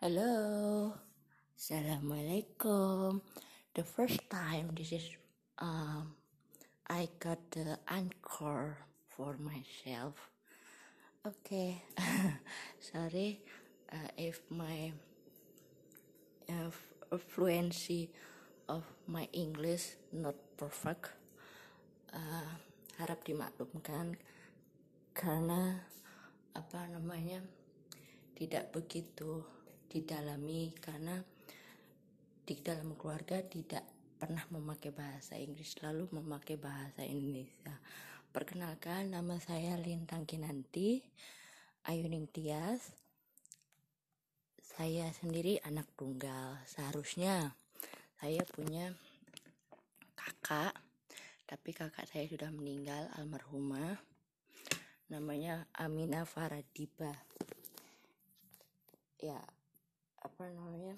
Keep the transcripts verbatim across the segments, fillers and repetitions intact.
Hello, Assalamualaikum. The first time this is um I got the anchor for myself. Okay, sorry uh, if my uh, fluency of my English not perfect. Uh, harap dimaklumkan karena apa namanya tidak begitu didalami karena di dalam keluarga tidak pernah memakai bahasa Inggris, selalu memakai bahasa Indonesia. Perkenalkan, nama saya Lintang Kinanti Ayuning Tias. Saya sendiri anak tunggal. Seharusnya saya punya kakak, tapi kakak saya sudah meninggal, almarhumah. Namanya Aminah Faradiba. Ya, apa namanya?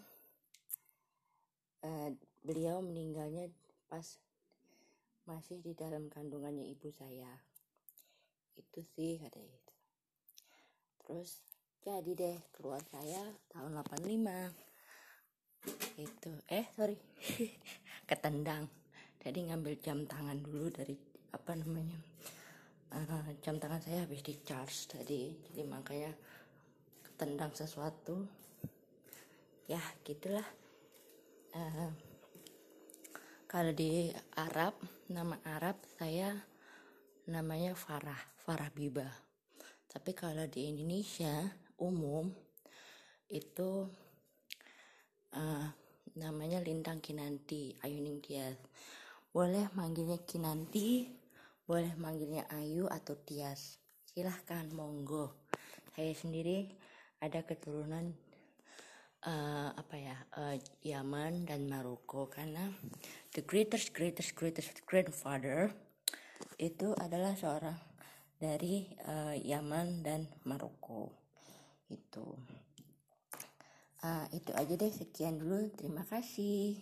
Uh, beliau meninggalnya pas masih di dalam kandungannya ibu saya. Itu sih kata itu. Terus jadi deh keluar saya tahun delapan puluh lima. Itu eh sorry ketendang. Jadi ngambil jam tangan dulu dari apa namanya uh, jam tangan saya habis di charge tadi. Jadi makanya ketendang sesuatu. Ya gitulah. Uh, kalau di Arab, nama Arab saya namanya Farah, Farah Biba. Tapi kalau di Indonesia umum itu uh, namanya Lintang Kinanti Ayuning Tias. Boleh manggilnya Kinanti, boleh manggilnya Ayu atau Tias. Silahkan, monggo. Saya sendiri ada keturunan Uh, apa ya uh, Yaman dan Maroko karena the greatest greatest greatest grandfather itu adalah seorang dari uh, Yaman dan Maroko. Itu uh, itu aja deh, sekian dulu, terima kasih.